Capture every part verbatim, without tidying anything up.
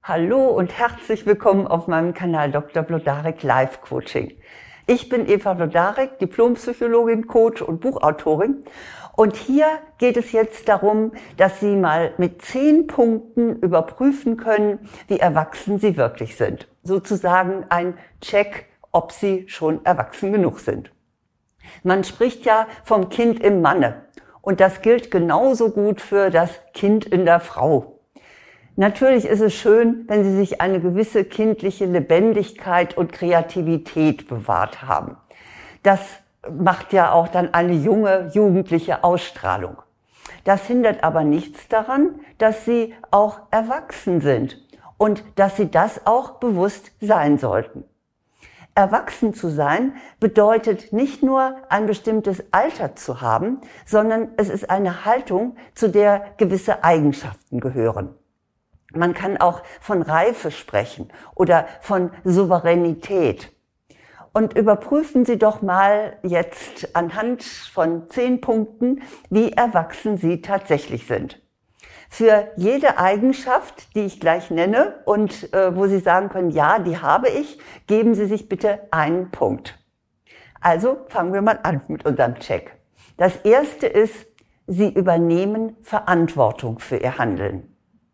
Hallo und herzlich willkommen auf meinem Kanal Doktor Wlodarek Life Coaching. Ich bin Eva Wlodarek, Diplompsychologin, Coach und Buchautorin. Und hier geht es jetzt darum, dass Sie mal mit zehn Punkten überprüfen können, wie erwachsen Sie wirklich sind. Sozusagen ein Check, ob Sie schon erwachsen genug sind. Man spricht ja vom Kind im Manne. Und das gilt genauso gut für das Kind in der Frau. Natürlich ist es schön, wenn Sie sich eine gewisse kindliche Lebendigkeit und Kreativität bewahrt haben. Das macht ja auch dann eine junge, jugendliche Ausstrahlung. Das hindert aber nichts daran, dass Sie auch erwachsen sind und dass Sie das auch bewusst sein sollten. Erwachsen zu sein bedeutet nicht nur ein bestimmtes Alter zu haben, sondern es ist eine Haltung, zu der gewisse Eigenschaften gehören. Man kann auch von Reife sprechen oder von Souveränität. Und überprüfen Sie doch mal jetzt anhand von zehn Punkten, wie erwachsen Sie tatsächlich sind. Für jede Eigenschaft, die ich gleich nenne und äh, wo Sie sagen können, ja, die habe ich, geben Sie sich bitte einen Punkt. Also fangen wir mal an mit unserem Check. Das erste ist, Sie übernehmen Verantwortung für Ihr Handeln.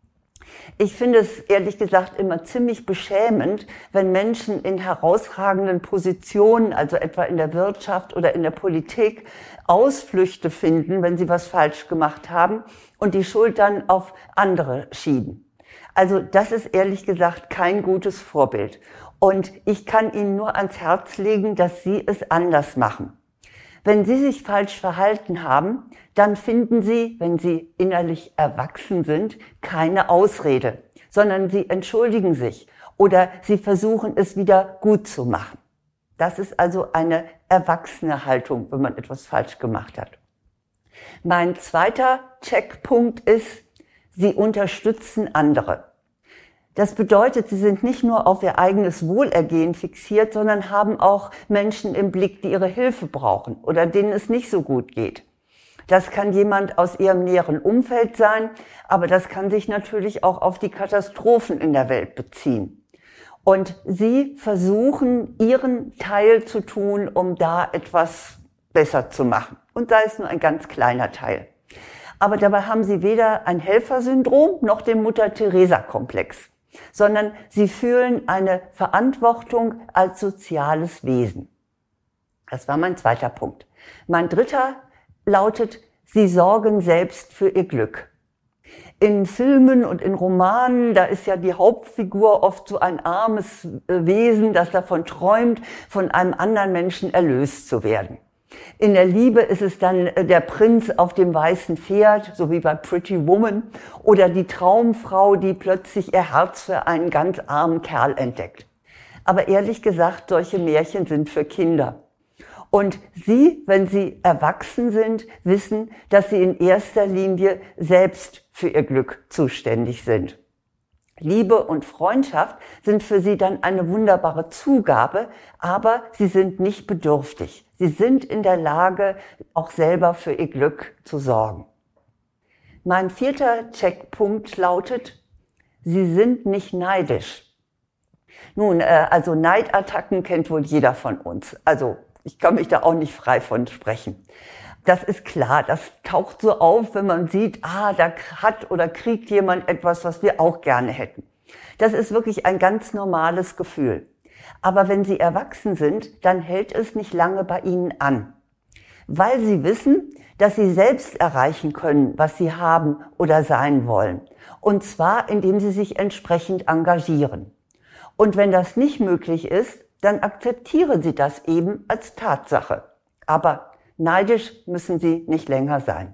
Ich finde es ehrlich gesagt immer ziemlich beschämend, wenn Menschen in herausragenden Positionen, also etwa in der Wirtschaft oder in der Politik, Ausflüchte finden, wenn sie was falsch gemacht haben und die Schuld dann auf andere schieben. Also das ist ehrlich gesagt kein gutes Vorbild. Und ich kann Ihnen nur ans Herz legen, dass Sie es anders machen. Wenn Sie sich falsch verhalten haben, dann finden Sie, wenn Sie innerlich erwachsen sind, keine Ausrede, sondern Sie entschuldigen sich oder Sie versuchen es wieder gut zu machen. Das ist also eine erwachsene Haltung, wenn man etwas falsch gemacht hat. Mein zweiter Checkpunkt ist, Sie unterstützen andere. Das bedeutet, Sie sind nicht nur auf Ihr eigenes Wohlergehen fixiert, sondern haben auch Menschen im Blick, die Ihre Hilfe brauchen oder denen es nicht so gut geht. Das kann jemand aus Ihrem näheren Umfeld sein, aber das kann sich natürlich auch auf die Katastrophen in der Welt beziehen. Und Sie versuchen, Ihren Teil zu tun, um da etwas besser zu machen. Und sei es nur ein ganz kleiner Teil. Aber dabei haben Sie weder ein Helfersyndrom noch den Mutter-Teresa-Komplex, sondern Sie fühlen eine Verantwortung als soziales Wesen. Das war mein zweiter Punkt. Mein dritter lautet, Sie sorgen selbst für Ihr Glück. In Filmen und in Romanen, da ist ja die Hauptfigur oft so ein armes Wesen, das davon träumt, von einem anderen Menschen erlöst zu werden. In der Liebe ist es dann der Prinz auf dem weißen Pferd, so wie bei Pretty Woman, oder die Traumfrau, die plötzlich ihr Herz für einen ganz armen Kerl entdeckt. Aber ehrlich gesagt, solche Märchen sind für Kinder. Und Sie, wenn Sie erwachsen sind, wissen, dass Sie in erster Linie selbst für Ihr Glück zuständig sind. Liebe und Freundschaft sind für Sie dann eine wunderbare Zugabe, aber Sie sind nicht bedürftig. Sie sind in der Lage, auch selber für Ihr Glück zu sorgen. Mein vierter Checkpunkt lautet, Sie sind nicht neidisch. Nun, äh, also Neidattacken kennt wohl jeder von uns. Also ich kann mich da auch nicht frei von sprechen. Das ist klar, das taucht so auf, wenn man sieht, ah, da hat oder kriegt jemand etwas, was wir auch gerne hätten. Das ist wirklich ein ganz normales Gefühl. Aber wenn Sie erwachsen sind, dann hält es nicht lange bei Ihnen an. Weil Sie wissen, dass Sie selbst erreichen können, was Sie haben oder sein wollen. Und zwar, indem Sie sich entsprechend engagieren. Und wenn das nicht möglich ist, dann akzeptieren Sie das eben als Tatsache. Aber neidisch müssen Sie nicht länger sein.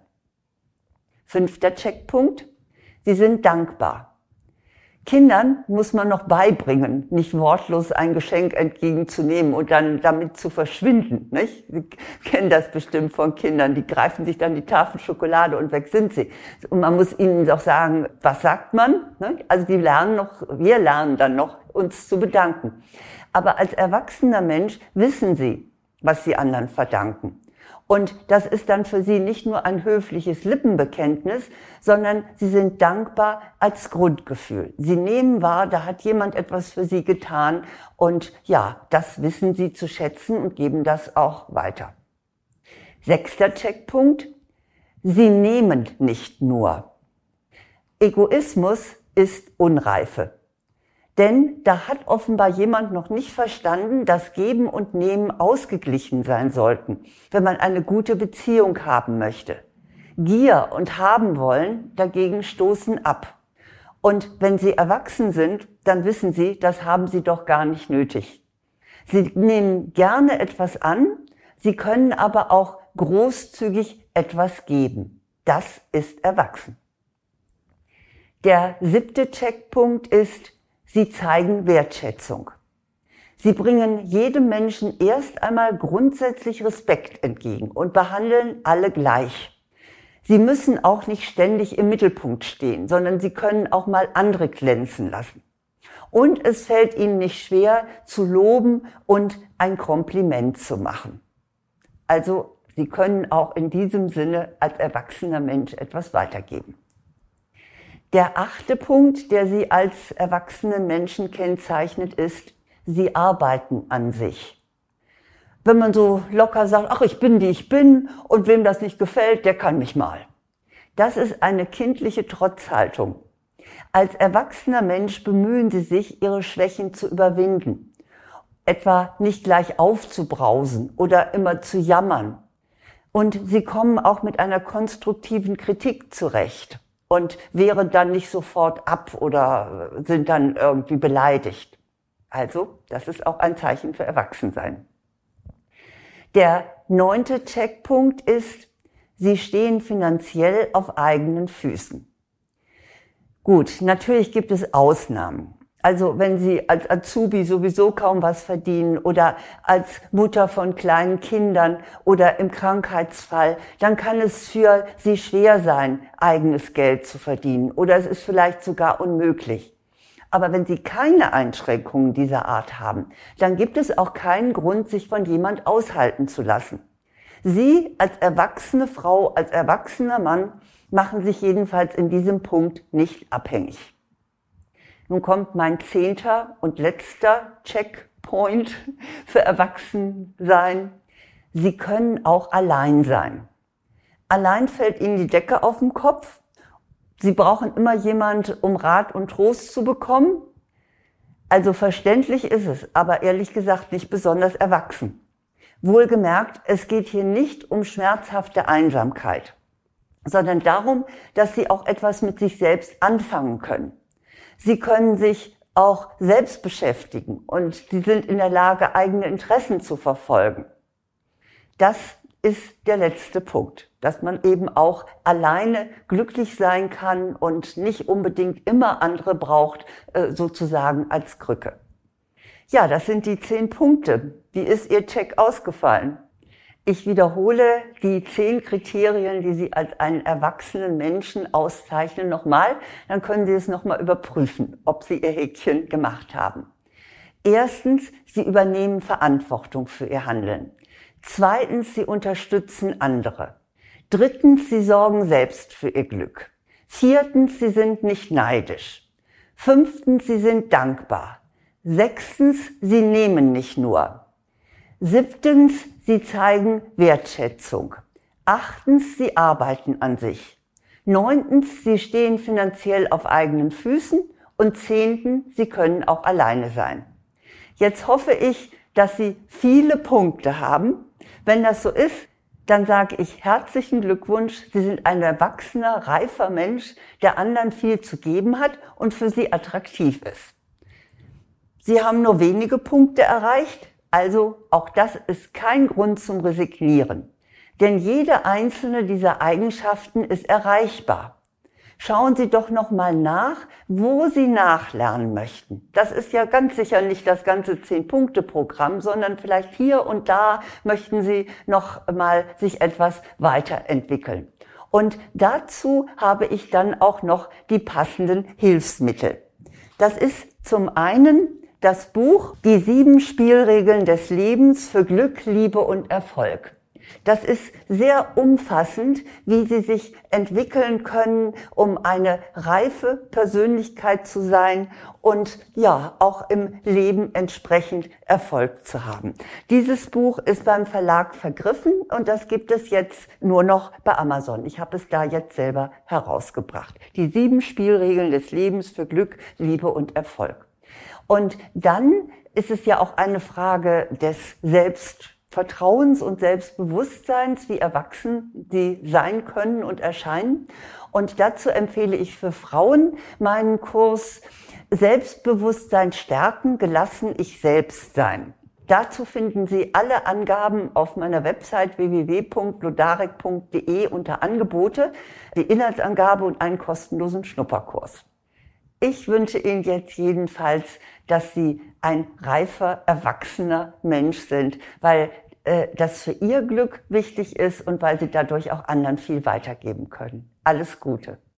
Fünfter Checkpunkt. Sie sind dankbar. Kindern muss man noch beibringen, nicht wortlos ein Geschenk entgegenzunehmen und dann damit zu verschwinden, nicht? Sie kennen das bestimmt von Kindern, die greifen sich dann die Tafel Schokolade und weg sind sie. Und man muss ihnen doch sagen, was sagt man? Also die lernen noch, wir lernen dann noch, uns zu bedanken. Aber als erwachsener Mensch wissen sie, was sie anderen verdanken. Und das ist dann für sie nicht nur ein höfliches Lippenbekenntnis, sondern sie sind dankbar als Grundgefühl. Sie nehmen wahr, da hat jemand etwas für sie getan und ja, das wissen sie zu schätzen und geben das auch weiter. Sechster Checkpunkt: Sie nehmen nicht nur. Egoismus ist Unreife. Denn da hat offenbar jemand noch nicht verstanden, dass Geben und Nehmen ausgeglichen sein sollten, wenn man eine gute Beziehung haben möchte. Gier und haben wollen dagegen stoßen ab. Und wenn Sie erwachsen sind, dann wissen Sie, das haben Sie doch gar nicht nötig. Sie nehmen gerne etwas an, Sie können aber auch großzügig etwas geben. Das ist erwachsen. Der siebte Checkpunkt ist: Sie zeigen Wertschätzung. Sie bringen jedem Menschen erst einmal grundsätzlich Respekt entgegen und behandeln alle gleich. Sie müssen auch nicht ständig im Mittelpunkt stehen, sondern Sie können auch mal andere glänzen lassen. Und es fällt Ihnen nicht schwer, zu loben und ein Kompliment zu machen. Also Sie können auch in diesem Sinne als erwachsener Mensch etwas weitergeben. Der achte Punkt, der Sie als erwachsenen Menschen kennzeichnet, ist: Sie arbeiten an sich. Wenn man so locker sagt, ach, ich bin, wie ich bin, und wem das nicht gefällt, der kann mich mal. Das ist eine kindliche Trotzhaltung. Als erwachsener Mensch bemühen Sie sich, Ihre Schwächen zu überwinden. Etwa nicht gleich aufzubrausen oder immer zu jammern. Und Sie kommen auch mit einer konstruktiven Kritik zurecht und wehren dann nicht sofort ab oder sind dann irgendwie beleidigt. Also, das ist auch ein Zeichen für Erwachsensein. Der neunte Checkpunkt ist: Sie stehen finanziell auf eigenen Füßen. Gut, natürlich gibt es Ausnahmen. Also wenn Sie als Azubi sowieso kaum was verdienen oder als Mutter von kleinen Kindern oder im Krankheitsfall, dann kann es für Sie schwer sein, eigenes Geld zu verdienen oder es ist vielleicht sogar unmöglich. Aber wenn Sie keine Einschränkungen dieser Art haben, dann gibt es auch keinen Grund, sich von jemand aushalten zu lassen. Sie als erwachsene Frau, als erwachsener Mann machen sich jedenfalls in diesem Punkt nicht abhängig. Nun kommt mein zehnter und letzter Checkpoint für Erwachsensein. Sie können auch allein sein. Allein fällt Ihnen die Decke auf den Kopf. Sie brauchen immer jemand, um Rat und Trost zu bekommen. Also verständlich ist es, aber ehrlich gesagt nicht besonders erwachsen. Wohlgemerkt, es geht hier nicht um schmerzhafte Einsamkeit, sondern darum, dass Sie auch etwas mit sich selbst anfangen können. Sie können sich auch selbst beschäftigen und Sie sind in der Lage, eigene Interessen zu verfolgen. Das ist der letzte Punkt, dass man eben auch alleine glücklich sein kann und nicht unbedingt immer andere braucht, sozusagen als Krücke. Ja, das sind die zehn Punkte. Wie ist Ihr Check ausgefallen? Ich wiederhole die zehn Kriterien, die Sie als einen erwachsenen Menschen auszeichnen, nochmal. Dann können Sie es nochmal überprüfen, ob Sie Ihr Häkchen gemacht haben. Erstens, Sie übernehmen Verantwortung für Ihr Handeln. Zweitens, Sie unterstützen andere. Drittens, Sie sorgen selbst für Ihr Glück. Viertens, Sie sind nicht neidisch. Fünftens, Sie sind dankbar. Sechstens, Sie nehmen nicht nur. Siebtens, Sie zeigen Wertschätzung. Achtens, Sie arbeiten an sich. Neuntens, Sie stehen finanziell auf eigenen Füßen. Und zehntens, Sie können auch alleine sein. Jetzt hoffe ich, dass Sie viele Punkte haben. Wenn das so ist, dann sage ich herzlichen Glückwunsch. Sie sind ein erwachsener, reifer Mensch, der anderen viel zu geben hat und für Sie attraktiv ist. Sie haben nur wenige Punkte erreicht. Also auch das ist kein Grund zum Resignieren. Denn jede einzelne dieser Eigenschaften ist erreichbar. Schauen Sie doch noch mal nach, wo Sie nachlernen möchten. Das ist ja ganz sicher nicht das ganze zehn-Punkte-Programm, sondern vielleicht hier und da möchten Sie noch mal sich etwas weiterentwickeln. Und dazu habe ich dann auch noch die passenden Hilfsmittel. Das ist zum einen das Buch Die sieben Spielregeln des Lebens für Glück, Liebe und Erfolg. Das ist sehr umfassend, wie Sie sich entwickeln können, um eine reife Persönlichkeit zu sein und ja, auch im Leben entsprechend Erfolg zu haben. Dieses Buch ist beim Verlag vergriffen und das gibt es jetzt nur noch bei Amazon. Ich habe es da jetzt selber herausgebracht. Die sieben Spielregeln des Lebens für Glück, Liebe und Erfolg. Und dann ist es ja auch eine Frage des Selbstvertrauens und Selbstbewusstseins, wie erwachsen sie sein können und erscheinen. Und dazu empfehle ich für Frauen meinen Kurs Selbstbewusstsein stärken, gelassen ich selbst sein. Dazu finden Sie alle Angaben auf meiner Website w w w punkt blodarek punkt de unter Angebote, die Inhaltsangabe und einen kostenlosen Schnupperkurs. Ich wünsche Ihnen jetzt jedenfalls, dass Sie ein reifer, erwachsener Mensch sind, weil äh, das für Ihr Glück wichtig ist und weil Sie dadurch auch anderen viel weitergeben können. Alles Gute.